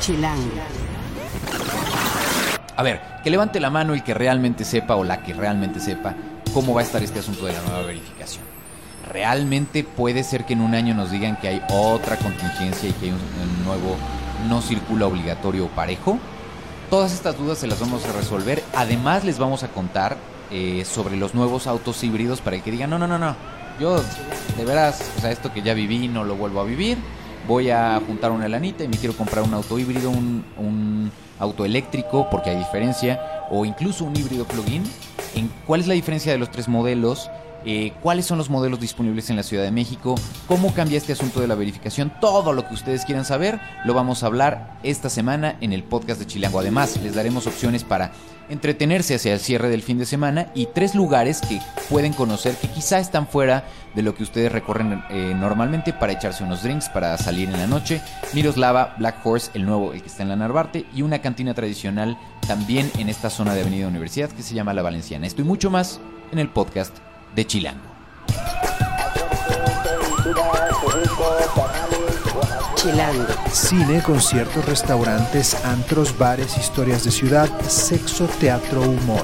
Chilango. A ver, que levante la mano el que realmente sepa o la que realmente sepa cómo va a estar este asunto de la nueva verificación. ¿Realmente puede ser que en un año nos digan que hay otra contingencia y que hay un nuevo no circula obligatorio o parejo? Todas estas dudas se las vamos a resolver. Además les vamos a contar sobre los nuevos autos híbridos para el que digan no, yo de veras, o sea, esto que ya viví no lo vuelvo a vivir. Voy a juntar una lanita y me quiero comprar un auto híbrido, un auto eléctrico, porque hay diferencia, o incluso un híbrido plug-in. ¿Cuál es la diferencia de los tres modelos? ¿Cuáles son los modelos disponibles en la Ciudad de México? ¿Cómo cambia este asunto de la verificación? Todo lo que ustedes quieran saber lo vamos a hablar esta semana en el podcast de Chilango. Además, les daremos opciones para entretenerse hacia el cierre del fin de semana y 3 lugares que pueden conocer que quizá están fuera de lo que ustedes recorren normalmente para echarse unos drinks, para salir en la noche. Miroslava, Black Horse, el que está en la Narvarte, y una cantina tradicional también en esta zona de Avenida Universidad que se llama La Valenciana. Esto y mucho más en el podcast de Chilango. Chilango. Cine, conciertos, restaurantes, antros, bares, historias de ciudad, sexo, teatro, humor.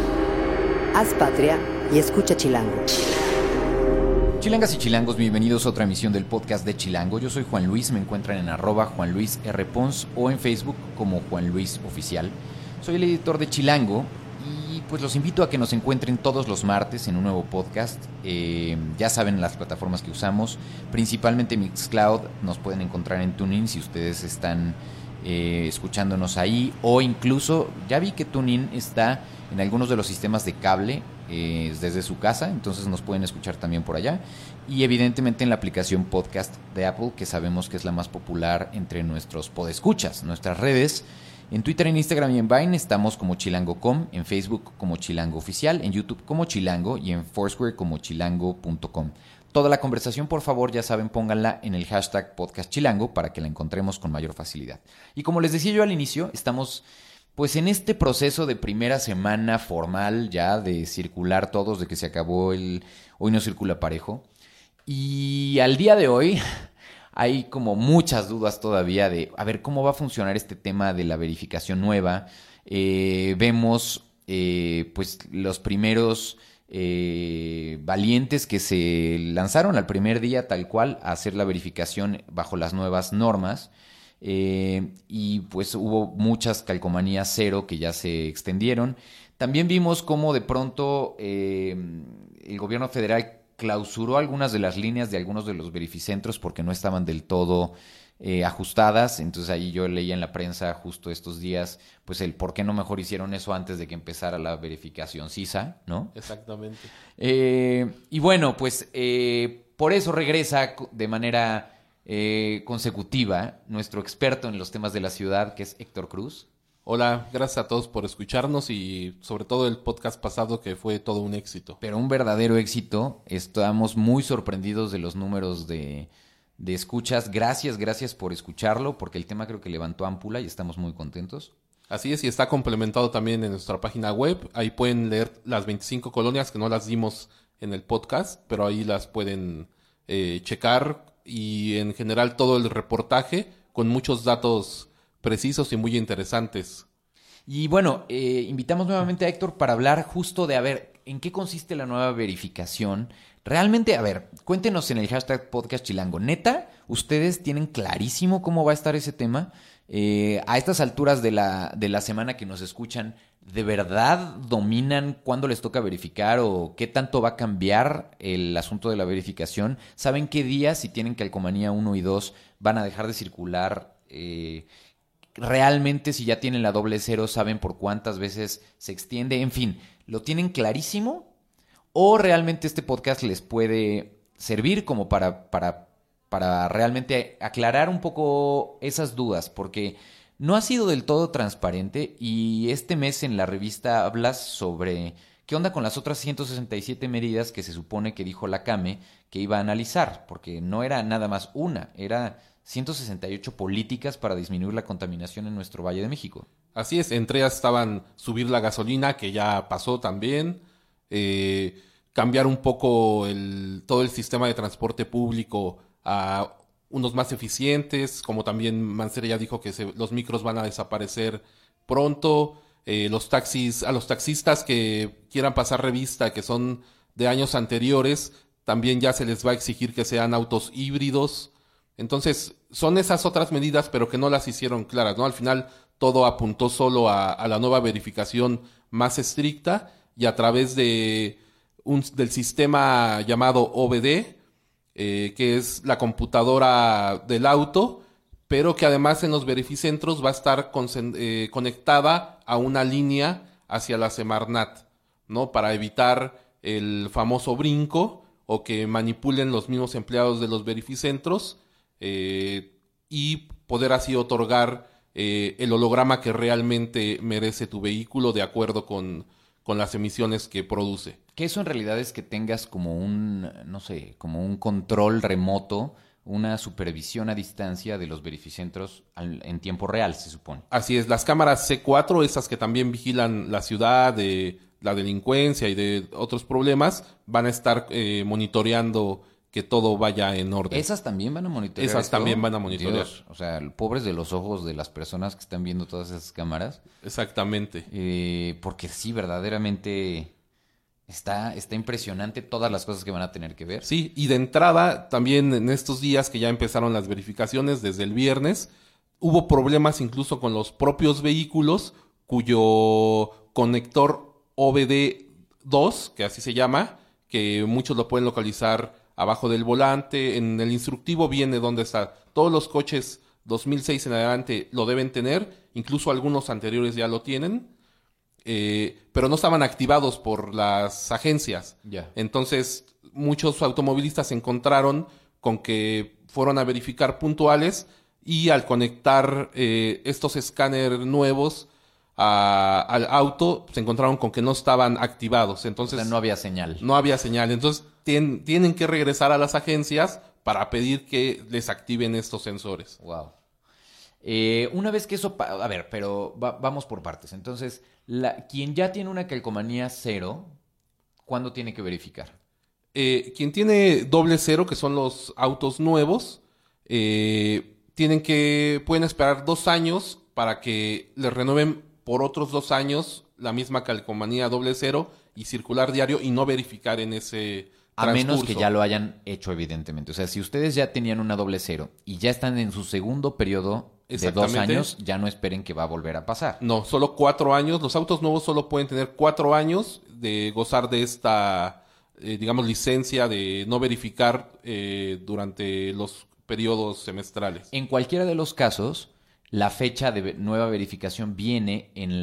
Haz patria y escucha Chilango. Chilangas y chilangos, bienvenidos a otra emisión del podcast de Chilango. Yo soy Juan Luis, me encuentran en @JuanLuisRPons o en Facebook como Juan Luis Oficial. Soy el editor de Chilango y pues los invito a que nos encuentren todos los martes en un nuevo podcast. Ya saben las plataformas que usamos, principalmente Mixcloud. Nos pueden encontrar en TuneIn si ustedes están escuchándonos ahí, o incluso ya vi que TuneIn está en algunos de los sistemas de cable desde su casa, entonces nos pueden escuchar también por allá, y evidentemente en la aplicación podcast de Apple, que sabemos que es la más popular entre nuestros podescuchas. Nuestras redes: en Twitter, en Instagram y en Vine estamos como chilango.com, en Facebook como Chilango Oficial, en YouTube como Chilango y en Foursquare como chilango.com. Toda la conversación, por favor, ya saben, pónganla en el hashtag podcastchilango para que la encontremos con mayor facilidad. Y como les decía yo al inicio, estamos pues en este proceso de primera semana formal ya de circular todos, de que se acabó el Hoy no circula parejo. Y al día de hoy hay como muchas dudas todavía de a ver cómo va a funcionar este tema de la verificación nueva. Vemos pues los primeros valientes que se lanzaron al primer día tal cual a hacer la verificación bajo las nuevas normas. Y pues hubo muchas calcomanías cero que ya se extendieron. También vimos cómo de pronto el gobierno federal clausuró algunas de las líneas de algunos de los verificentros porque no estaban del todo ajustadas. Entonces ahí yo leía en la prensa justo estos días pues el por qué no mejor hicieron eso antes de que empezara la verificación CISA, ¿no? Exactamente. Y bueno, pues por eso regresa de manera consecutiva nuestro experto en los temas de la ciudad, que es Héctor Cruz. Hola, gracias a todos por escucharnos y sobre todo el podcast pasado que fue todo un éxito. Pero un verdadero éxito. Estamos muy sorprendidos de los números de escuchas. Gracias por escucharlo, porque el tema creo que levantó ámpula y estamos muy contentos. Así es, y está complementado también en nuestra página web. Ahí pueden leer las 25 colonias que no las dimos en el podcast, pero ahí las pueden checar, y en general todo el reportaje con muchos datos precisos y muy interesantes. Y bueno, invitamos nuevamente a Héctor para hablar justo de, a ver, ¿en qué consiste la nueva verificación? Realmente, a ver, cuéntenos en el hashtag podcast Chilango. ¿Neta, ustedes tienen clarísimo cómo va a estar ese tema? A estas alturas de la semana que nos escuchan, ¿de verdad dominan cuándo les toca verificar o qué tanto va a cambiar el asunto de la verificación? ¿Saben qué días, si tienen calcomanía 1 y 2, van a dejar de circular? Realmente, si ya tienen la doble cero, ¿saben por cuántas veces se extiende? En fin, ¿lo tienen clarísimo? ¿O realmente este podcast les puede servir como para realmente aclarar un poco esas dudas? Porque no ha sido del todo transparente, y este mes en la revista hablas sobre qué onda con las otras 167 medidas que se supone que dijo la CAME que iba a analizar, porque no era nada más una, era 168 políticas para disminuir la contaminación en nuestro Valle de México. Así es, entre ellas estaban subir la gasolina, que ya pasó también, cambiar un poco todo el sistema de transporte público a unos más eficientes, como también Mancera ya dijo que los micros van a desaparecer pronto. A los taxistas que quieran pasar revista, que son de años anteriores, también ya se les va a exigir que sean autos híbridos. Entonces, son esas otras medidas, pero que no las hicieron claras, ¿no? Al final, todo apuntó solo a la nueva verificación más estricta, y a través del sistema llamado OBD, que es la computadora del auto, pero que además en los verificentros va a estar conectada a una línea hacia la Semarnat, ¿no? Para evitar el famoso brinco o que manipulen los mismos empleados de los verificentros, y poder así otorgar el holograma que realmente merece tu vehículo de acuerdo con las emisiones que produce. Que eso en realidad es que tengas como como un control remoto, una supervisión a distancia de los verificentros en tiempo real, se supone. Así es, las cámaras C4, esas que también vigilan la ciudad, de la delincuencia y de otros problemas, van a estar monitoreando que todo vaya en orden. ¿Esas también van a monitorear? Esas también van a monitorear. Dios, o sea, pobres de los ojos de las personas que están viendo todas esas cámaras. Exactamente. Porque sí, verdaderamente está impresionante todas las cosas que van a tener que ver. Sí, y de entrada, también en estos días que ya empezaron las verificaciones, desde el viernes, hubo problemas incluso con los propios vehículos cuyo conector OBD2, que así se llama, que muchos lo pueden localizar abajo del volante, en el instructivo viene dónde está. Todos los coches 2006 en adelante lo deben tener, incluso algunos anteriores ya lo tienen, pero no estaban activados por las agencias. Yeah. Entonces, muchos automovilistas se encontraron con que fueron a verificar puntuales y al conectar estos escáneres nuevos al auto, se encontraron con que no estaban activados. Entonces, o sea, no había señal. No había señal. Entonces, tienen que regresar a las agencias para pedir que les activen estos sensores. Wow. Una vez que eso... A ver, pero vamos por partes. Entonces, quien ya tiene una calcomanía 0, ¿cuándo tiene que verificar? Quien tiene doble 0, que son los autos nuevos, pueden esperar 2 años para que les renueven por otros 2 años la misma calcomanía doble 0 y circular diario y no verificar en ese a transcurso. Menos que ya lo hayan hecho, evidentemente. O sea, si ustedes ya tenían una doble 0 y ya están en su segundo periodo de 2 años, ya no esperen que va a volver a pasar. No, solo 4 años. Los autos nuevos solo pueden tener 4 años de gozar de esta, licencia de no verificar durante los periodos semestrales. En cualquiera de los casos, la fecha de nueva verificación viene en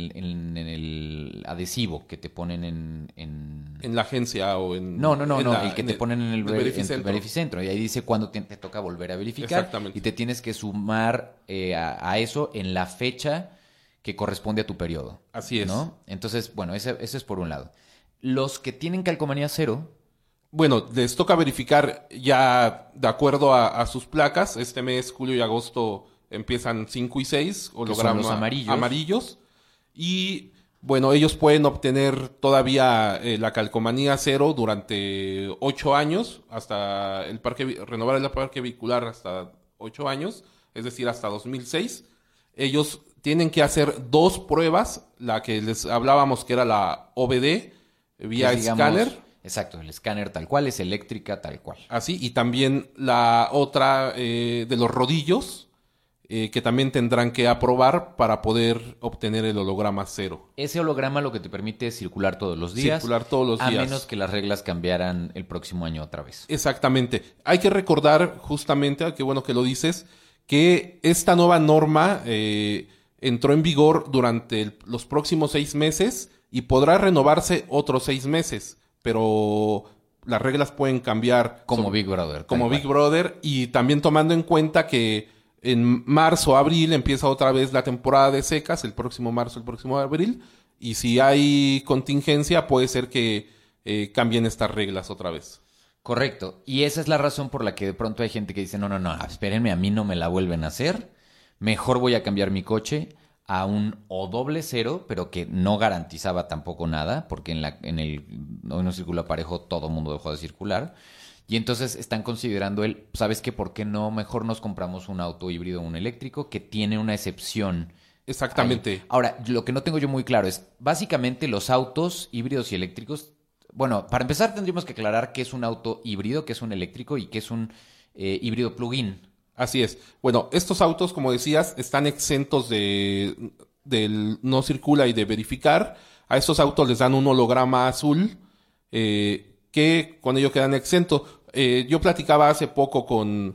el adhesivo que te ponen en la agencia o en... No, el que te ponen en el verificentro. verificentro. Y ahí dice cuándo te toca volver a verificar. Exactamente. Y te tienes que sumar a eso en la fecha que corresponde a tu periodo. Así es. ¿No? Entonces, bueno, ese es por un lado. Los que tienen calcomanía 0... Bueno, les toca verificar ya de acuerdo a sus placas. Este mes, julio y agosto, empiezan 5 y 6, hologramas amarillos. Y bueno, ellos pueden obtener todavía la calcomanía 0 durante 8 años, hasta renovar el parque vehicular hasta 8 años, es decir, hasta 2006. Ellos tienen que hacer 2 pruebas, la que les hablábamos que era la OBD, vía escáner. Exacto, el escáner tal cual, es eléctrica tal cual. Así, y también la otra de los rodillos, que también tendrán que aprobar para poder obtener el holograma 0. Ese holograma lo que te permite es circular todos los días. A menos que las reglas cambiaran el próximo año otra vez. Exactamente. Hay que recordar justamente, qué bueno que lo dices, que esta nueva norma entró en vigor durante los próximos 6 meses y podrá renovarse otros 6 meses. Pero las reglas pueden cambiar. Como Big Brother. Como Big Brother. Y también tomando en cuenta que en marzo, abril empieza otra vez la temporada de secas. El próximo marzo, el próximo abril. Y si hay contingencia, puede ser que cambien estas reglas otra vez. Correcto. Y esa es la razón por la que de pronto hay gente que dice, no, espérenme, a mí no me la vuelven a hacer. Mejor voy a cambiar mi coche a un o doble 0, pero que no garantizaba tampoco nada, porque hoy no circula parejo, todo el mundo dejó de circular. Y entonces están considerando ¿sabes qué? ¿Por qué no mejor nos compramos un auto híbrido o un eléctrico que tiene una excepción? Exactamente. Ahí. Ahora, lo que no tengo yo muy claro es, básicamente los autos híbridos y eléctricos, bueno, para empezar tendríamos que aclarar qué es un auto híbrido, qué es un eléctrico y qué es un híbrido plug-in. Así es. Bueno, estos autos, como decías, están exentos del no circula y de verificar. A estos autos les dan un holograma azul que con ello quedan exentos. Yo platicaba hace poco con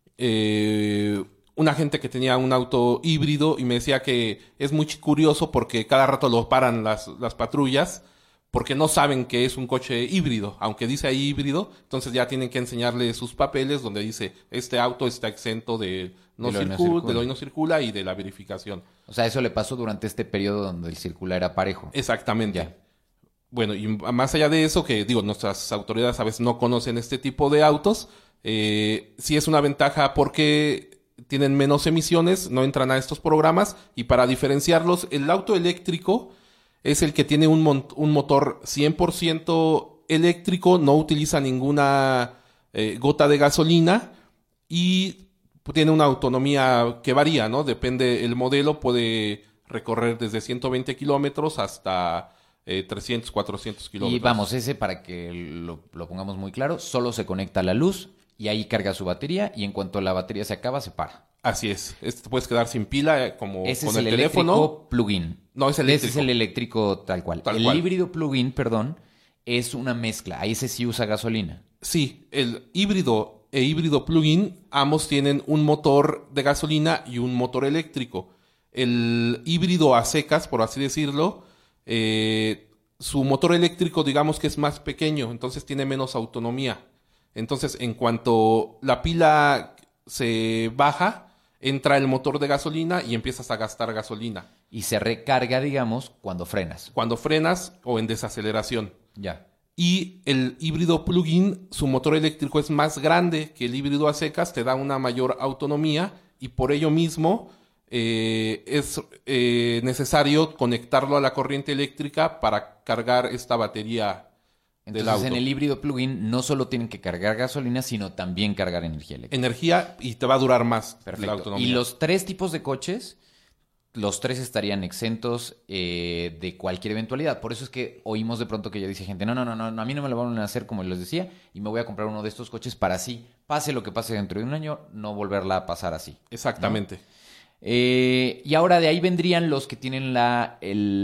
una gente que tenía un auto híbrido y me decía que es muy curioso porque cada rato lo paran las patrullas porque no saben que es un coche híbrido. Aunque dice ahí híbrido, entonces ya tienen que enseñarle sus papeles donde dice este auto está exento de lo no circula y de la verificación. O sea, eso le pasó durante este periodo donde el circular era parejo. Exactamente. Ya. Bueno, y más allá de eso, que digo, nuestras autoridades a veces no conocen este tipo de autos, sí es una ventaja porque tienen menos emisiones, no entran a estos programas, y para diferenciarlos, el auto eléctrico es el que tiene un motor 100% eléctrico, no utiliza ninguna gota de gasolina y tiene una autonomía que varía, ¿no? Depende el modelo, puede recorrer desde 120 kilómetros hasta 300, 400 kilómetros. Y vamos, ese para que lo pongamos muy claro, solo se conecta a la luz y ahí carga su batería y en cuanto la batería se acaba, se para. Así es. Te puedes quedar sin pila como ese con es el teléfono. Eléctrico plug-in. No, es eléctrico. Ese es el eléctrico tal cual. El híbrido plug-in, perdón, es una mezcla. Ahí ese sí usa gasolina. Sí, el híbrido e híbrido plug-in, ambos tienen un motor de gasolina y un motor eléctrico. El híbrido a secas, por así decirlo, su motor eléctrico digamos que es más pequeño, entonces tiene menos autonomía. Entonces, en cuanto la pila se baja, entra el motor de gasolina y empiezas a gastar gasolina. Y se recarga, digamos, cuando frenas. Cuando frenas o en desaceleración. Ya. Y el híbrido plug-in, su motor eléctrico es más grande que el híbrido a secas, te da una mayor autonomía y por ello mismo es necesario conectarlo a la corriente eléctrica para cargar esta batería del auto. Entonces, en el híbrido plug-in no solo tienen que cargar gasolina, sino también cargar energía eléctrica. Energía y te va a durar más. Perfecto. La autonomía. Y los 3 tipos de coches, los 3 estarían exentos de cualquier eventualidad. Por eso es que oímos de pronto que ya dice gente, no, a mí no me lo van a hacer como les decía y me voy a comprar uno de estos coches para así, pase lo que pase dentro de un año, no volverla a pasar así. Exactamente. ¿No? Y ahora de ahí vendrían los que tienen la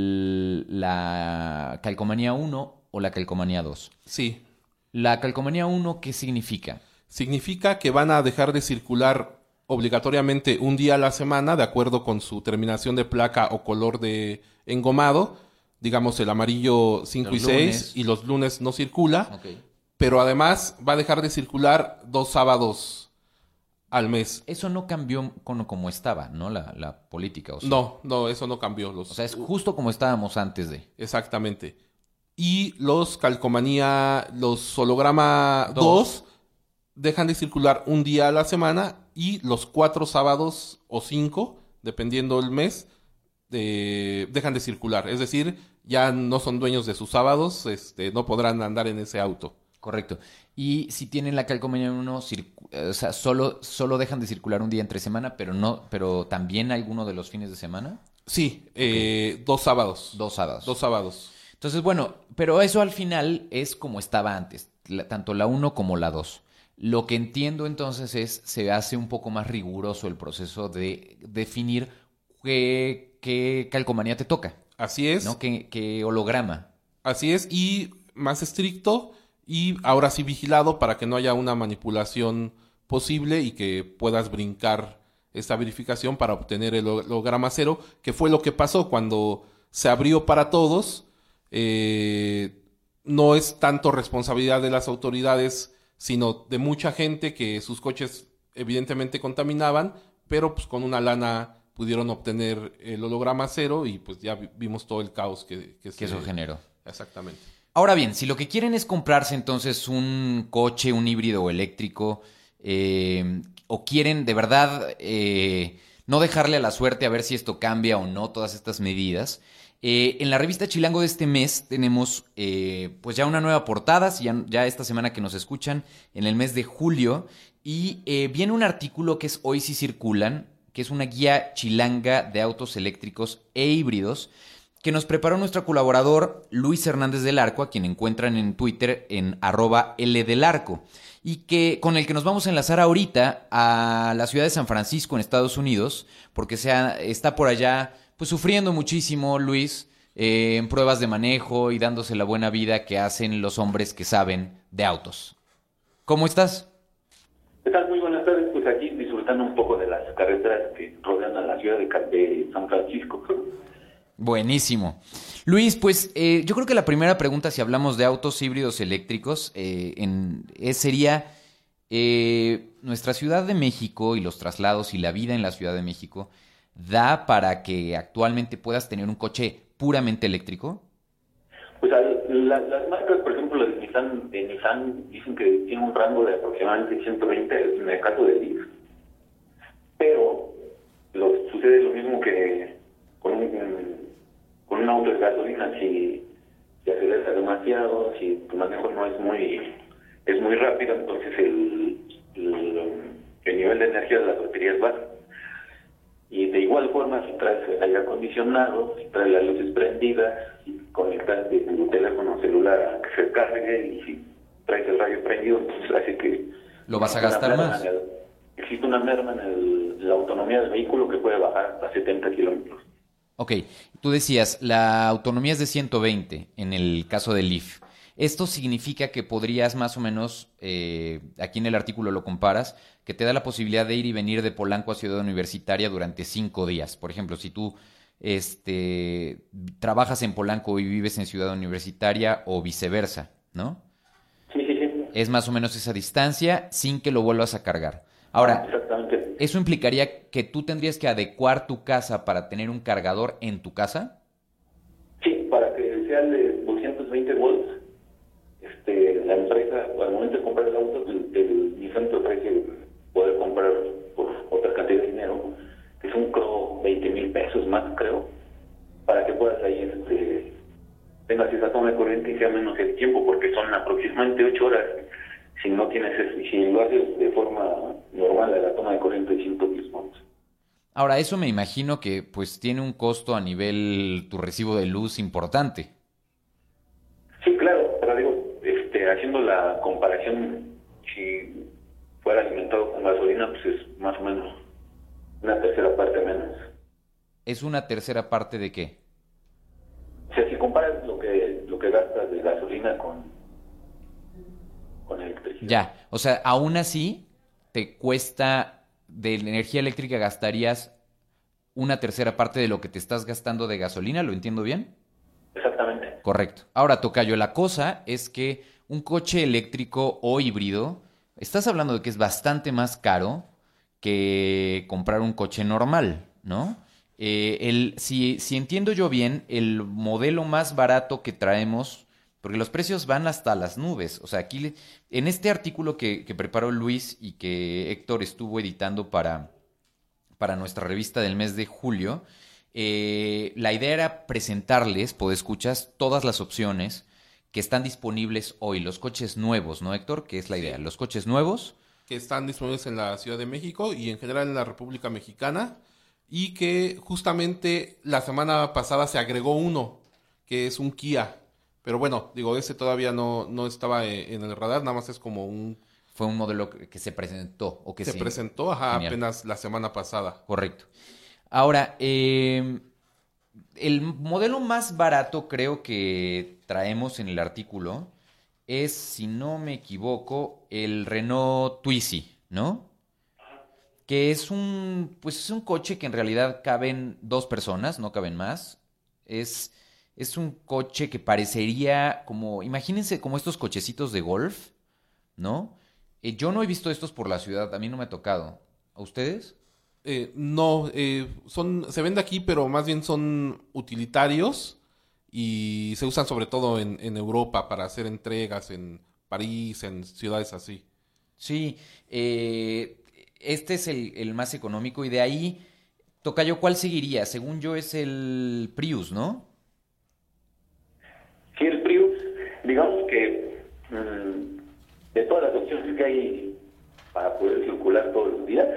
calcomanía 1 o la calcomanía 2. Sí. La calcomanía 1, ¿qué significa? Significa que van a dejar de circular obligatoriamente un día a la semana, de acuerdo con su terminación de placa o color de engomado. Digamos el amarillo 5 y 6, y los lunes no circula. Okay. Pero además va a dejar de circular 2 sábados al mes. Eso no cambió como estaba, ¿no? La política. O sea. No, eso no cambió. O sea, es justo como estábamos antes de. Exactamente. Y los holograma 2 dejan de circular un día a la semana y los 4 sábados o 5, dependiendo del mes, dejan de circular. Es decir, ya no son dueños de sus sábados, no podrán andar en ese auto. Correcto. Y si tienen la calcomanía 1, o sea, solo dejan de circular un día entre semana, pero también alguno de los fines de semana. Sí, okay. 2 sábados. 2 sábados. 2 sábados. Entonces, bueno, pero eso al final es como estaba antes, tanto la 1 como la 2. Lo que entiendo entonces se hace un poco más riguroso el proceso de definir qué calcomanía te toca. Así es. ¿No? ¿Qué holograma? Así es, y más estricto y ahora sí vigilado para que no haya una manipulación posible y que puedas brincar esta verificación para obtener el holograma 0, que fue lo que pasó cuando se abrió para todos. No es tanto responsabilidad de las autoridades, sino de mucha gente que sus coches evidentemente contaminaban, pero pues con una lana pudieron obtener el holograma 0 y pues ya vimos todo el caos que eso generó. Exactamente. Ahora bien, si lo que quieren es comprarse entonces un coche, un híbrido o eléctrico, o quieren de verdad no dejarle a la suerte a ver si esto cambia o no, todas estas medidas, En la revista Chilango de este mes tenemos pues ya una nueva portada, si ya esta semana que nos escuchan, en el mes de julio, y viene un artículo que es Hoy sí circulan, que es una guía chilanga de autos eléctricos e híbridos, que nos preparó nuestro colaborador Luis Hernández del Arco, a quien encuentran en Twitter en @LDelarco, y con el que nos vamos a enlazar ahorita a la ciudad de San Francisco, en Estados Unidos, porque está por allá pues sufriendo muchísimo, Luis, en pruebas de manejo y dándose la buena vida que hacen los hombres que saben de autos. ¿Cómo estás? ¿Qué tal? Muy buenas tardes. Pues aquí disfrutando un poco de las carreteras que rodean a la ciudad de San Francisco. Buenísimo. Luis, pues yo creo que la primera pregunta, si hablamos de autos híbridos eléctricos, sería nuestra Ciudad de México y los traslados y la vida en la Ciudad de México, ¿da para que actualmente puedas tener un coche puramente eléctrico? Pues las marcas, por ejemplo, de Nissan dicen que tiene un rango de aproximadamente 120 en el caso de Leaf. Pero sucede lo mismo que con un auto de gasolina. Si acelera demasiado, si tu manejo no es muy rápido, entonces el nivel de energía de las baterías baja. Y de igual forma, si traes el aire acondicionado, si traes las luces prendidas, si conectas tu teléfono celular a que se cargue, y si traes el radio prendido, entonces hace que... ¿Lo vas a gastar más? Existe una merma en la autonomía del vehículo que puede bajar hasta 70 kilómetros. Ok, tú decías, la autonomía es de 120 en el caso del Leaf. Esto significa que podrías más o menos, aquí en el artículo lo comparas, que te da la posibilidad de ir y venir de Polanco a Ciudad Universitaria durante 5 días. Por ejemplo, si tú trabajas en Polanco y vives en Ciudad Universitaria o viceversa, ¿no? Sí. Es más o menos esa distancia sin que lo vuelvas a cargar. Ahora, exactamente. ¿Eso implicaría que tú tendrías que adecuar tu casa para tener un cargador en tu casa? Sí, para que sea de 220 volts. La empresa, al momento de comprar el auto, el Nissan te ofrece poder comprar por otra cantidad de dinero, que son creo 20,000 pesos más, creo, para que puedas ahí tengas esa toma de corriente y sea menos el tiempo, porque son aproximadamente 8 horas. Si lo haces de forma normal, la toma de corriente de 110 volts. Ahora, eso me imagino que pues tiene un costo a nivel tu recibo de luz importante. Sí, claro, pero digo, haciendo la comparación, si fuera alimentado con gasolina, pues es más o menos una tercera parte menos. ¿Es una tercera parte de qué? O sea, si comparas lo que gastas de gasolina con electricidad. Ya, o sea, aún así te cuesta, de la energía eléctrica gastarías una tercera parte de lo que te estás gastando de gasolina, ¿lo entiendo bien? Exactamente. Correcto. Ahora, tocayo, la cosa es que un coche eléctrico o híbrido, estás hablando de que es bastante más caro que comprar un coche normal, ¿no? Si entiendo yo bien, el modelo más barato que traemos, porque los precios van hasta las nubes, o sea, aquí en este artículo que preparó Luis y que Héctor estuvo editando para nuestra revista del mes de julio, la idea era presentarles, podescuchas, todas las opciones que están disponibles hoy, los coches nuevos, ¿no, Héctor? ¿Qué es la idea? Los coches nuevos que están disponibles en la Ciudad de México y en general en la República Mexicana, y que justamente la semana pasada se agregó uno, que es un Kia. Pero bueno, digo, ese todavía no estaba en el radar, nada más es como fue un modelo que se presentó. O que se presentó, Genial. Apenas la semana pasada. Correcto. Ahora, el modelo más barato creo que traemos en el artículo es, si no me equivoco, el Renault Twizy, ¿no? Que es un coche que en realidad caben 2 personas, no caben más. Es un coche que parecería como, imagínense como estos cochecitos de golf, ¿no? Yo no he visto estos por la ciudad, a mí no me ha tocado. ¿A ustedes? No, se vende aquí, pero más bien son utilitarios y se usan sobre todo en Europa para hacer entregas en París, en ciudades así. Sí, este es el más económico y de ahí, tocayo, ¿cuál seguiría? Según yo es el Prius, ¿no? de todas las opciones que hay para poder circular todos los días,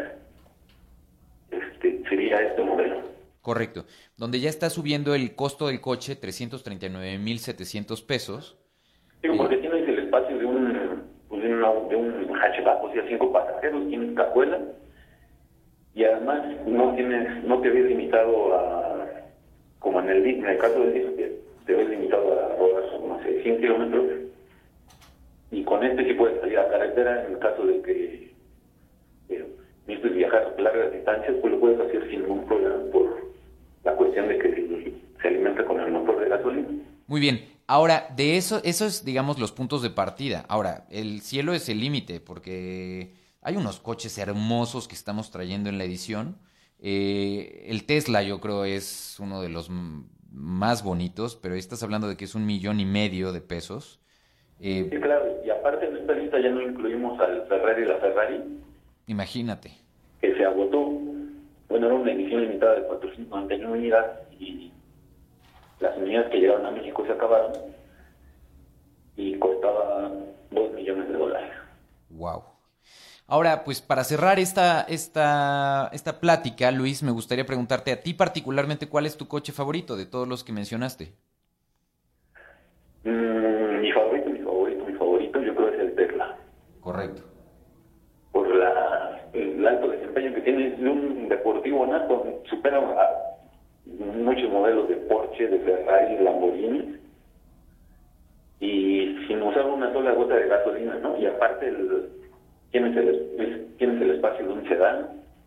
sería este modelo. Correcto. Donde ya está subiendo el costo del coche 339,700 pesos. Digo, porque tienes el espacio de un hatchback, o sea, 5 pasajeros, tienes cajuela, y además no te ves limitado a, como en el caso del disco, que te ves limitado a rodar, no sé, 100 kilómetros, y con este sí puedes salir a carretera en el caso de que necesites viajar largas distancias, pues lo puedes hacer sin ningún problema por la cuestión de que se alimenta con el motor de gasolina. Muy bien. Ahora, de eso es, digamos, los puntos de partida. Ahora, el cielo es el límite, porque hay unos coches hermosos que estamos trayendo en la edición. El Tesla, yo creo, es uno de los más bonitos, pero estás hablando de que es 1,5 millones de pesos. Sí, claro, y aparte en esta lista ya no incluimos al Ferrari, la Ferrari. Imagínate. Que se agotó. Bueno, era una edición limitada de 499 unidades y las unidades que llegaron a México se acabaron y costaba $2 millones. Wow. Ahora, pues para cerrar esta plática, Luis, me gustaría preguntarte a ti particularmente, ¿cuál es tu coche favorito de todos los que mencionaste? Mi favorito, yo creo que es el Tesla. Correcto. Por el alto desempeño que tiene, es un deportivo nato, supera a muchos modelos de Porsche, de Ferrari, Lamborghini, y sin usar una sola gota de gasolina, ¿no? Y aparte tienes el espacio de un sedán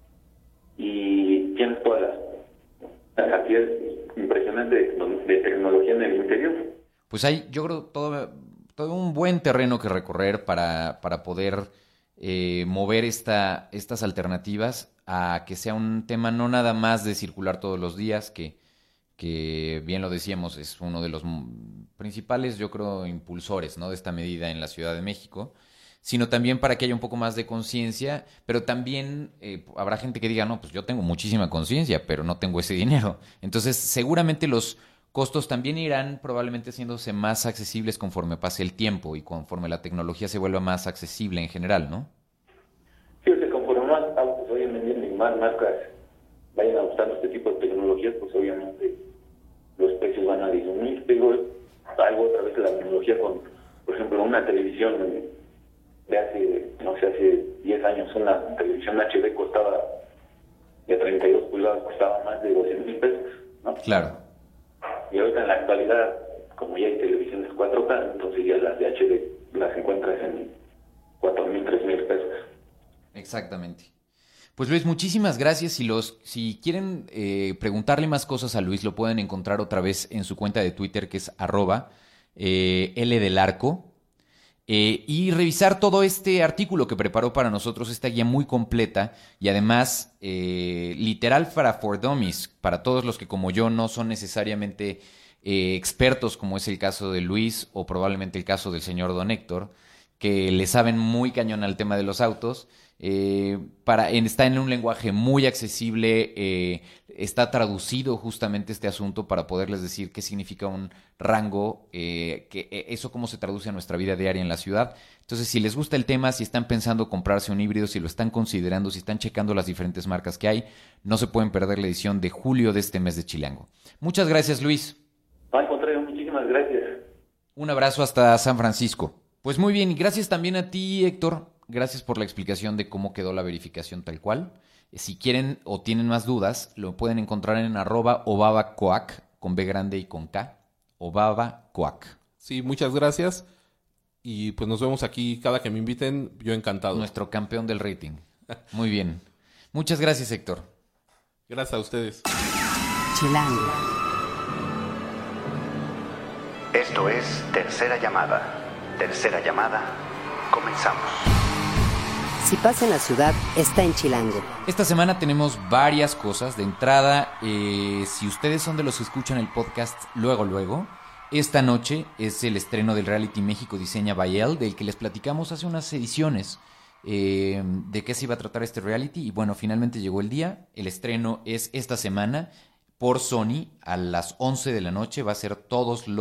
y tienes todas las cantidades impresionantes de tecnología en el interior. Pues hay, yo creo, todo un buen terreno que recorrer para poder mover estas alternativas a que sea un tema no nada más de circular todos los días, que bien lo decíamos, es uno de los principales, yo creo, impulsores, ¿no?, de esta medida en la Ciudad de México, sino también para que haya un poco más de conciencia, pero también habrá gente que diga, no, pues yo tengo muchísima conciencia, pero no tengo ese dinero. Entonces, seguramente los costos también irán probablemente haciéndose más accesibles conforme pase el tiempo y conforme la tecnología se vuelva más accesible en general, ¿no? Sí, o sea, conforme más autos vayan vendiendo y más marcas vayan adoptando este tipo de tecnologías, pues obviamente los precios van a disminuir. Pero algo otra vez la tecnología con, por ejemplo, una televisión de hace 10 años, una televisión HD costaba, de 32 pulgadas, costaba más de 200,000 pesos, ¿no? Claro. Y ahorita en la actualidad, como ya hay televisiones 4K, entonces ya las de HD las encuentras en 4,000, 3,000 pesos. Exactamente. Pues Luis, muchísimas gracias. Si quieren preguntarle más cosas a Luis, lo pueden encontrar otra vez en su cuenta de Twitter, que es @LDelarco. Y revisar todo este artículo que preparó para nosotros, esta guía muy completa y además literal para For Dummies, para todos los que como yo no son necesariamente expertos, como es el caso de Luis o probablemente el caso del señor Don Héctor, que le saben muy cañón al tema de los autos. Está en un lenguaje muy accesible, está traducido justamente este asunto para poderles decir qué significa un rango, eso cómo se traduce a nuestra vida diaria en la ciudad. Entonces, si les gusta el tema, si están pensando comprarse un híbrido, si lo están considerando, si están checando las diferentes marcas que hay, no se pueden perder la edición de julio de este mes de Chilango. Muchas gracias, Luis. Al contrario, muchísimas gracias. Un abrazo hasta San Francisco. Pues muy bien, y gracias también a ti, Héctor. Gracias por la explicación de cómo quedó la verificación tal cual. Si quieren o tienen más dudas, lo pueden encontrar en @obabacoac, con B grande y con K, obabacoac. Sí, muchas gracias. Y pues nos vemos aquí cada que me inviten, yo encantado. Nuestro campeón del rating. Muy bien. Muchas gracias, Héctor. Gracias a ustedes. Chilango. Esto es Tercera Llamada. Tercera Llamada, comenzamos. Si pasa en la ciudad, está en Chilango. Esta semana tenemos varias cosas. De entrada, si ustedes son de los que escuchan el podcast luego, esta noche es el estreno del reality México Diseña by Elle, del que les platicamos hace unas ediciones de qué se iba a tratar este reality. Y bueno, finalmente llegó el día. El estreno es esta semana por Sony a las 11 de la noche. Va a ser todos los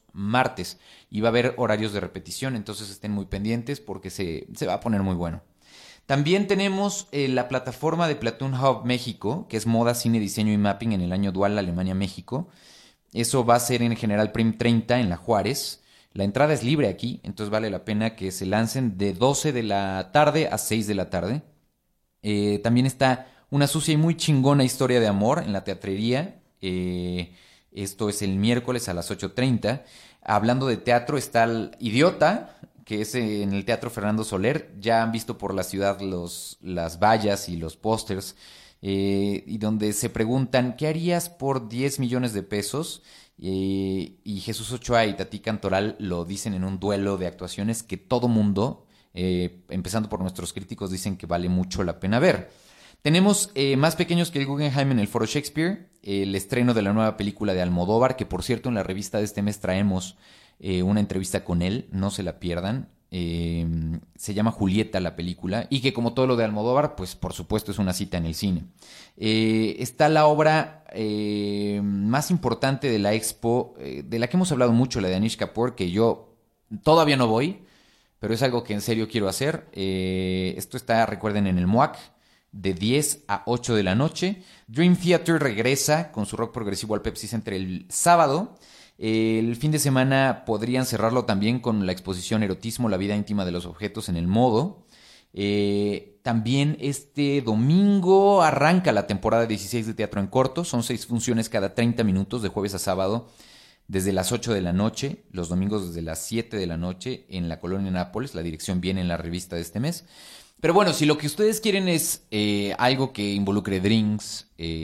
martes. Y va a haber horarios de repetición, entonces estén muy pendientes porque se va a poner muy bueno. También tenemos la plataforma de Platoon Hub México, que es moda, cine, diseño y mapping en el año dual Alemania-México. Eso va a ser en General Prim 30 en La Juárez. La entrada es libre aquí, entonces vale la pena que se lancen de 12 de la tarde a 6 de la tarde. También está una sucia y muy chingona historia de amor en la teatrería. Esto es el miércoles a las 8:30. Hablando de teatro, está el Idiota, que es en el Teatro Fernando Soler. Ya han visto por la ciudad las vallas y los pósters, y donde se preguntan, ¿qué harías por 10 millones de pesos? Y Jesús Ochoa y Tati Cantoral lo dicen en un duelo de actuaciones que todo mundo, empezando por nuestros críticos, dicen que vale mucho la pena ver. Tenemos Más pequeños que el Guggenheim en el Foro Shakespeare, el estreno de la nueva película de Almodóvar, que por cierto en la revista de este mes traemos una entrevista con él, no se la pierdan. Se llama Julieta la película, y que como todo lo de Almodóvar, pues por supuesto es una cita en el cine. Está la obra más importante de la expo, de la que hemos hablado mucho, la de Anish Kapoor, que yo todavía no voy, pero es algo que en serio quiero hacer. Esto está, recuerden, en el MUAC, de 10 a 8 de la noche. Dream Theater regresa con su rock progresivo al Pepsi Center el sábado. El fin de semana podrían cerrarlo también con la exposición Erotismo, la vida íntima de los objetos en el Modo. También este domingo arranca la temporada 16 de Teatro en Corto. Son 6 funciones cada 30 minutos de jueves a sábado, desde las 8 de la noche, los domingos desde las 7 de la noche en la colonia Nápoles. La dirección viene en la revista de este mes. Pero bueno, si lo que ustedes quieren es algo que involucre drinks,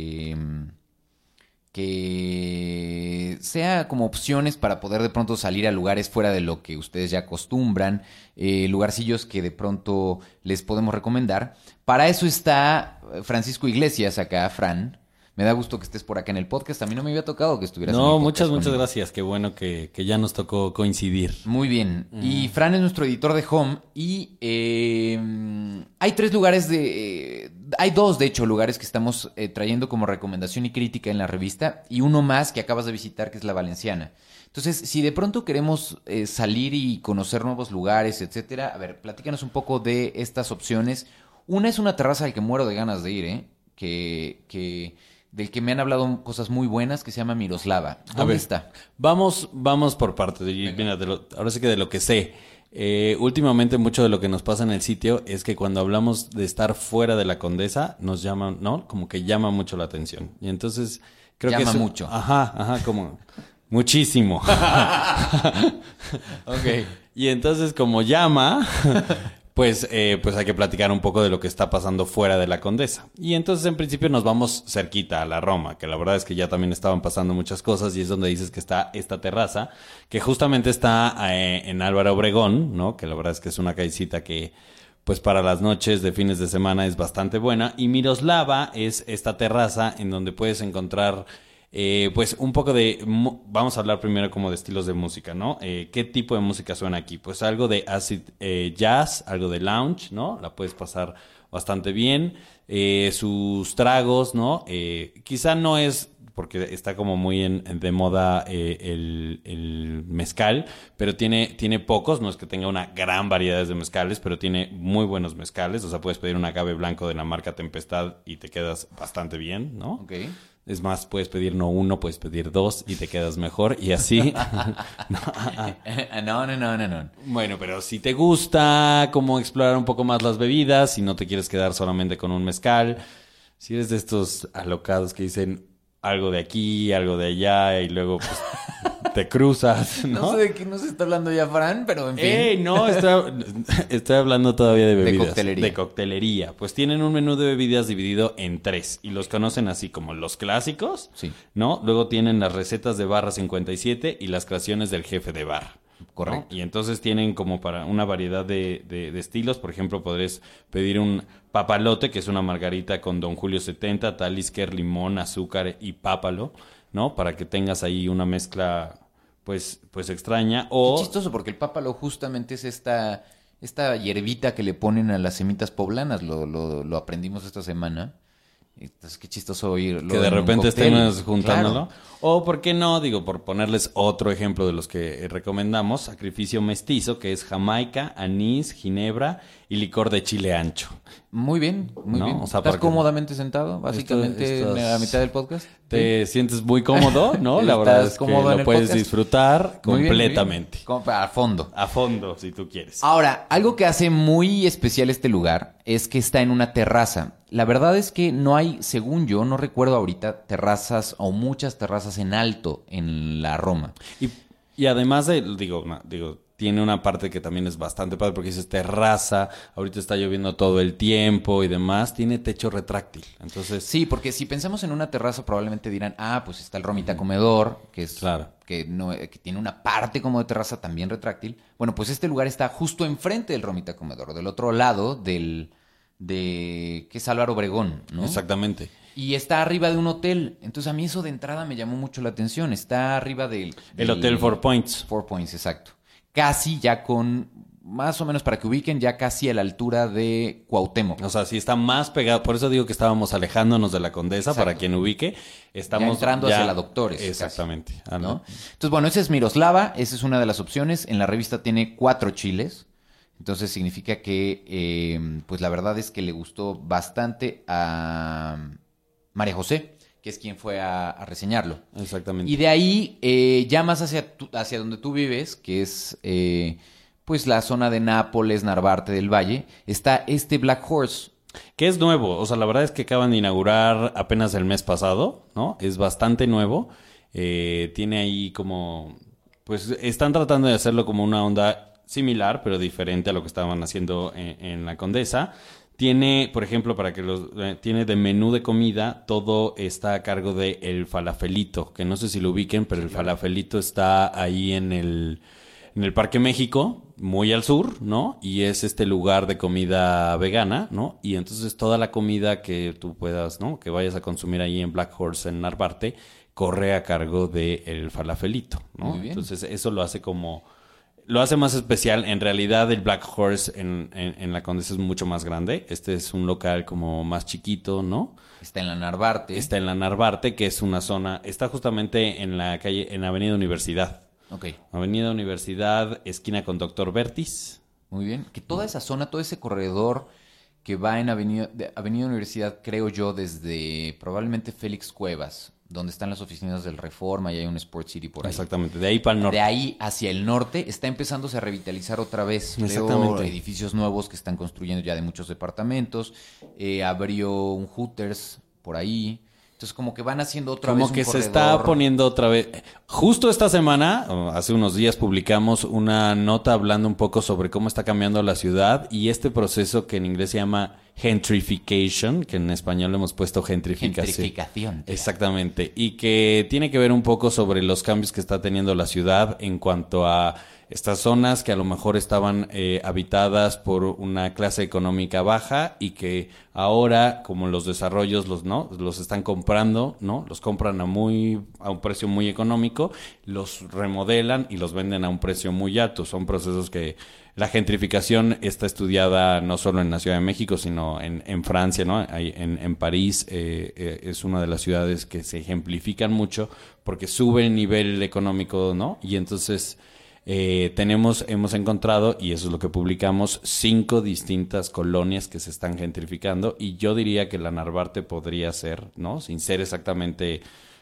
que sea como opciones para poder de pronto salir a lugares fuera de lo que ustedes ya acostumbran, lugarcillos que de pronto les podemos recomendar. Para eso está Francisco Iglesias acá, Fran. Me da gusto que estés por acá en el podcast. A mí no me había tocado que estuvieras en el podcast. Muchas gracias. Qué bueno que ya nos tocó coincidir. Muy bien. Y Fran es nuestro editor de Home. Y hay 3 lugares hay 2, de hecho, lugares que estamos trayendo como recomendación y crítica en la revista. Y uno más que acabas de visitar, que es La Valenciana. Entonces, si de pronto queremos salir y conocer nuevos lugares, etcétera, a ver, platícanos un poco de estas opciones. Una es una terraza al que muero de ganas de ir, del que me han hablado cosas muy buenas, que se llama Miroslava. ¿Dónde está? Vamos por partes. Mira, ahora sí que de lo que sé. Últimamente mucho de lo que nos pasa en el sitio es que cuando hablamos de estar fuera de la Condesa, nos llaman, ¿no? Como que llama mucho la atención. Y entonces creo que llama mucho. Ajá, como muchísimo. Ok. Y entonces como llama... Pues hay que platicar un poco de lo que está pasando fuera de la Condesa. Y entonces en principio nos vamos cerquita a la Roma, que la verdad es que ya también estaban pasando muchas cosas, y es donde dices que está esta terraza, que justamente está en Álvaro Obregón, ¿no? Que la verdad es que es una callecita que pues para las noches de fines de semana es bastante buena. Y Miroslava es esta terraza en donde puedes encontrar... pues un poco de... Vamos a hablar primero como de estilos de música, ¿no? ¿Qué tipo de música suena aquí? Pues algo de acid jazz, algo de lounge, ¿no? La puedes pasar bastante bien. Sus tragos, ¿no? Quizá no es... porque está como muy de moda el mezcal, pero tiene pocos, no es que tenga una gran variedad de mezcales, pero tiene muy buenos mezcales. O sea, puedes pedir un agave blanco de la marca Tempestad y te quedas bastante bien, ¿no? Ok. Es más, puedes pedir no 1, puedes pedir 2 y te quedas mejor, y así. No. Bueno, pero si te gusta como explorar un poco más las bebidas, si no te quieres quedar solamente con un mezcal, si eres de estos alocados que dicen algo de aquí, algo de allá, y luego pues te cruzas, ¿no? No sé de qué nos está hablando ya Fran, pero en fin. No, estoy hablando todavía de bebidas. De coctelería. Pues tienen un menú de bebidas dividido en 3, y los conocen así como los clásicos, sí, ¿no? Luego tienen las recetas de Barra 57 y las creaciones del jefe de bar. Correcto. ¿No? Y entonces tienen como para una variedad de estilos. Por ejemplo, podrías pedir un papalote, que es una margarita con Don Julio 70, Talisker, limón, azúcar y pápalo, ¿no? Para que tengas ahí una mezcla, pues extraña. O... Qué chistoso, porque el pápalo justamente es esta hierbita que le ponen a las semitas poblanas. Lo aprendimos esta semana. Entonces, qué chistoso oírlo. Que de en un repente cóctel. estemos juntándolo. Claro. O, ¿por qué no? Digo, por ponerles otro ejemplo de los que recomendamos, sacrificio mestizo, que es jamaica, anís, ginebra y licor de chile ancho. Muy bien, muy No, bien. o sea, ¿Estás porque- cómodamente sentado, básicamente, Estás- en la mitad del podcast? Te sientes muy cómodo, ¿no? La verdad ¿Estás es que cómodo en lo el puedes podcast? disfrutar Muy bien, muy bien. completamente. A fondo. A fondo, si tú quieres. Ahora, algo que hace muy especial este lugar es que está en una terraza. La verdad es que no hay, según yo, no recuerdo ahorita, terrazas o muchas terrazas en alto en la Roma. Y además de, digo, tiene una parte que también es bastante padre porque dices terraza, ahorita está lloviendo todo el tiempo y demás, tiene techo retráctil. Entonces, Sí, porque si pensamos en una terraza probablemente dirán, pues está el Romita Comedor, que es Claro. que tiene una parte como de terraza también retráctil. Bueno, pues este lugar está justo enfrente del Romita Comedor, del otro lado que es Álvaro Obregón, ¿no? exactamente. Y está arriba de un hotel. Entonces a mí eso de entrada me llamó mucho la atención. Está arriba El del Hotel Four Points. 4 Points, exacto. Casi ya con, más o menos para que ubiquen, ya casi a la altura de Cuauhtémoc. O sea, sí está más pegado. Por eso digo que estábamos alejándonos de la Condesa, Exacto. para quien ubique. Estamos Ya entrando hacia la Doctores, casi. Exactamente. ¿No? Entonces, bueno, ese es Miroslava, esa es una de las opciones. En la revista tiene 4 chiles. Entonces significa que, pues la verdad es que le gustó bastante a María José, que es quien fue a reseñarlo. Exactamente. Y de ahí, ya más hacia donde tú vives, que es pues la zona de Nápoles, Narvarte del Valle, está este Black Horse. Que es nuevo, o sea, la verdad es que acaban de inaugurar apenas el mes pasado, ¿no? Es bastante nuevo. Tiene ahí como, pues están tratando de hacerlo como una onda similar, pero diferente a lo que estaban haciendo en la Condesa. Tiene, por ejemplo, tiene de menú de comida, todo está a cargo de el falafelito, que no sé si lo ubiquen, pero el falafelito está ahí en el Parque México, muy al sur, ¿no? Y es este lugar de comida vegana, ¿no? Y entonces toda la comida que tú puedas, ¿no? Que vayas a consumir ahí en Black Horse, en Narvarte, corre a cargo de el falafelito, ¿no? Muy bien. Entonces eso lo hace más especial. En realidad el Black Horse en la Condesa es mucho más grande. Este es un local como más chiquito, ¿no? Está en la Narvarte. Está en la Narvarte, que es una zona, está justamente en la calle, en Avenida Universidad. Ok, Avenida Universidad, esquina con Doctor Vertis. muy bien. Que toda esa zona, todo ese corredor que va en Avenida Universidad, creo yo, desde probablemente Félix Cuevas, donde están las oficinas del Reforma y hay un Sport City por ahí. Exactamente, de ahí para el norte. De ahí hacia el norte está empezándose a revitalizar otra vez. Veo Exactamente. edificios nuevos que están construyendo ya de muchos departamentos. Abrió un Hooters por ahí. Entonces como que van haciendo otra vez Como un que se corredor. está poniendo otra vez. Justo esta semana, hace unos días, publicamos una nota hablando un poco sobre cómo está cambiando la ciudad y este proceso que en inglés se llama gentrification, que en español le hemos puesto gentrificación. Gentrificación. Exactamente. Y que tiene que ver un poco sobre los cambios que está teniendo la ciudad en cuanto a estas zonas que a lo mejor estaban habitadas por una clase económica baja y que ahora, como los desarrollos los están comprando, ¿no? Los compran a un precio muy económico, los remodelan y los venden a un precio muy alto. Son procesos que la gentrificación está estudiada no solo en la Ciudad de México, sino en Francia, ¿no? En París es una de las ciudades que se ejemplifican mucho porque sube el nivel económico, ¿no? Y entonces hemos encontrado, y eso es lo que publicamos, 5 distintas colonias que se están gentrificando, y yo diría que la Narvarte podría ser, ¿no? Sin ser exactamente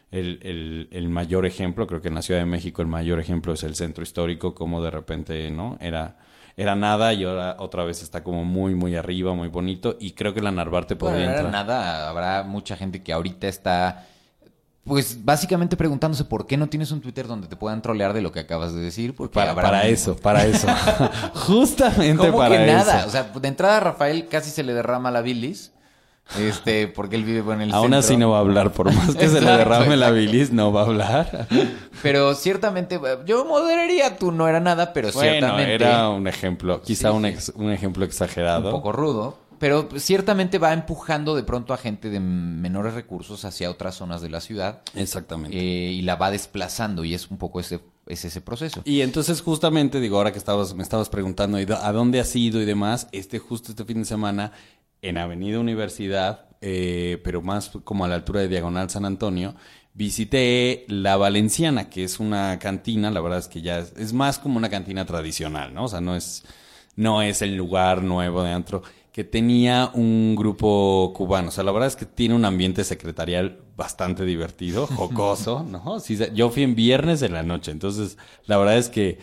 el mayor ejemplo. Creo que en la Ciudad de México el mayor ejemplo es el centro histórico, como de repente, ¿no? Era nada y ahora otra vez está como muy, muy arriba, muy bonito, y creo que la Narvarte Bueno, podría no era entrar. nada. Habrá mucha gente que ahorita está, pues, básicamente preguntándose por qué no tienes un Twitter donde te puedan trolear de lo que acabas de decir. Porque Para eso. Justamente ¿Cómo para que nada? eso. O sea, de entrada a Rafael casi se le derrama la bilis. Porque él vive en el Aún centro. así no va a hablar, por más que se le Exacto, derrame la exacto. bilis, no va a hablar. Pero ciertamente, yo moderaría tu no era nada, pero Bueno, ciertamente era un ejemplo, quizá Sí, un ejemplo exagerado. un poco rudo. Pero ciertamente va empujando de pronto a gente de menores recursos hacia otras zonas de la ciudad. Exactamente. Y la va desplazando, y es un poco ese proceso. Y entonces justamente, digo, ahora que me estabas preguntando ¿y a dónde has ido y demás? Justo este fin de semana, en Avenida Universidad, pero más como a la altura de Diagonal San Antonio, visité La Valenciana, que es una cantina, la verdad es que ya es más como una cantina tradicional, ¿no? O sea, no es el lugar nuevo de antro, que tenía un grupo cubano. O sea, la verdad es que tiene un ambiente secretarial bastante divertido, jocoso, ¿no? Sí, yo fui en viernes en la noche, entonces la verdad es que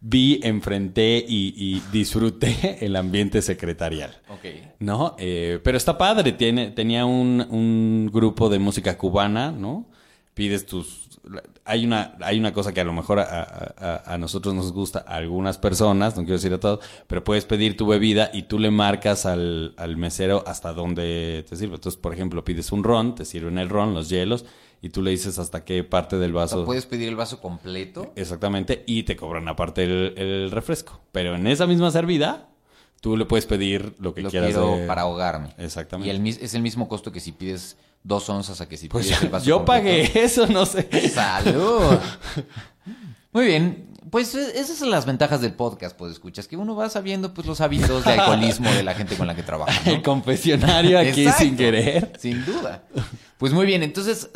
enfrenté y disfruté el ambiente secretarial. Ok. ¿No? Pero está padre, tenía un grupo de música cubana, ¿no? Pides hay una cosa que a lo mejor a nosotros nos gusta, a algunas personas, no quiero decir a todos, pero puedes pedir tu bebida y tú le marcas al mesero hasta dónde te sirve. Entonces, por ejemplo, pides un ron, te sirven el ron, los hielos, y tú le dices hasta qué parte del vaso. O sea, puedes pedir el vaso completo. Exactamente, y te cobran aparte el refresco. Pero en esa misma servida, tú le puedes pedir lo que quieras. Quiero para ahogarme. Exactamente. Y es el mismo costo que si pides 2 onzas a que si Pues pides el vaso yo completo. pagué eso, no sé. ¡Salud! Muy bien. Pues esas son las ventajas del podcast, pues escuchas, que uno va sabiendo pues los hábitos de alcoholismo de la gente con la que trabaja, ¿no? El confesionario aquí Exacto, sin querer. Sin duda. Pues muy bien, entonces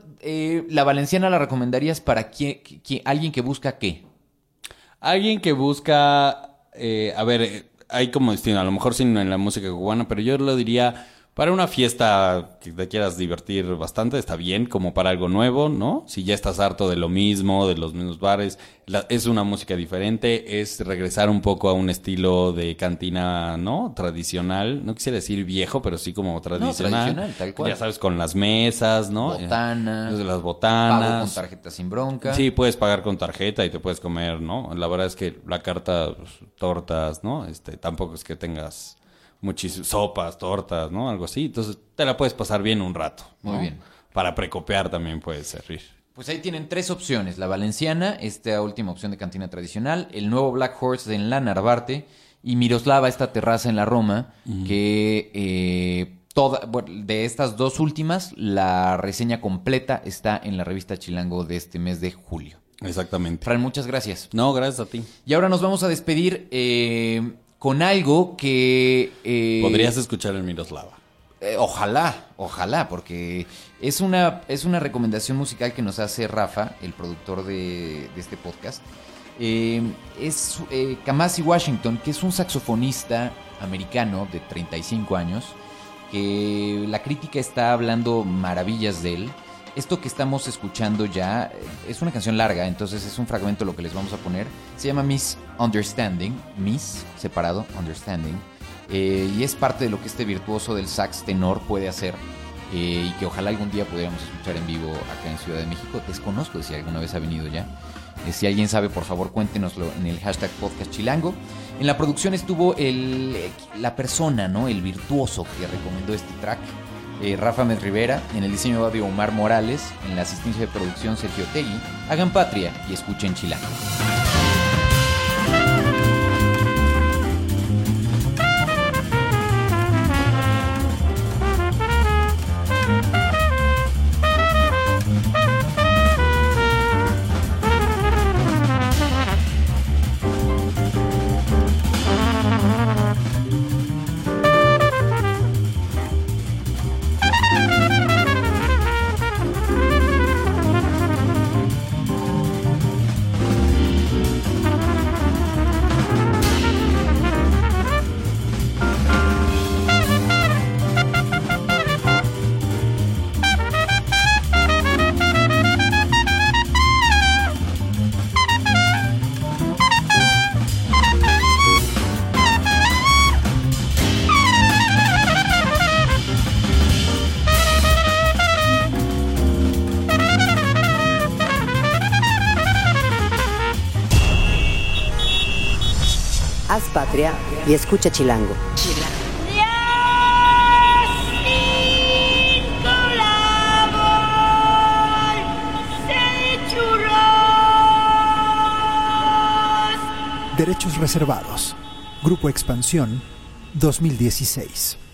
La Valenciana la recomendarías para alguien que busca ¿qué? Alguien que busca, hay como destino, a lo mejor sin en la música cubana, pero yo lo diría para una fiesta que te quieras divertir bastante, está bien, como para algo nuevo, ¿no? Si ya estás harto de lo mismo, de los mismos bares, es una música diferente, es regresar un poco a un estilo de cantina, ¿no? Tradicional, no quisiera decir viejo, pero sí como tradicional. No, tradicional, tal cual. Ya sabes, con las mesas, ¿no? Botanas. Las botanas. Pago con tarjeta sin bronca. Sí, puedes pagar con tarjeta y te puedes comer, ¿no? La verdad es que la carta, pues, tortas, ¿no? Tampoco es que tengas muchísimas sopas, tortas, ¿no? Algo así. Entonces, te la puedes pasar bien un rato, ¿no? Muy bien. Para precopear también puede servir. Pues ahí tienen 3 opciones. La Valenciana, esta última opción de cantina tradicional, el nuevo Black Horse en la Narvarte y Miroslava, esta terraza en la Roma, que de estas 2 últimas, la reseña completa está en la revista Chilango de este mes de julio. Exactamente. Fran, muchas gracias. No, gracias a ti. Y ahora nos vamos a despedir con algo que... Podrías escuchar el Miroslava. Ojalá, porque es una recomendación musical que nos hace Rafa, el productor de este podcast. Es Kamasi Washington, que es un saxofonista americano de 35 años, que la crítica está hablando maravillas de él. Esto que estamos escuchando ya es una canción larga, entonces es un fragmento lo que les vamos a poner. Se llama Misunderstanding, Miss, separado, Understanding. Y es parte de lo que este virtuoso del sax tenor puede hacer y que ojalá algún día pudiéramos escuchar en vivo acá en Ciudad de México. Desconozco de si alguna vez ha venido ya. Si alguien sabe, por favor, cuéntenoslo en el hashtag Podcast Chilango. En la producción estuvo la persona, ¿no? El virtuoso que recomendó este track, Rafa Med Rivera. En el diseño de audio, Omar Morales. En la asistencia de producción, Sergio Tegui. Hagan patria y escuchen Chilango. Haz patria y escucha Chilango. Derechos reservados. Grupo Expansión 2016.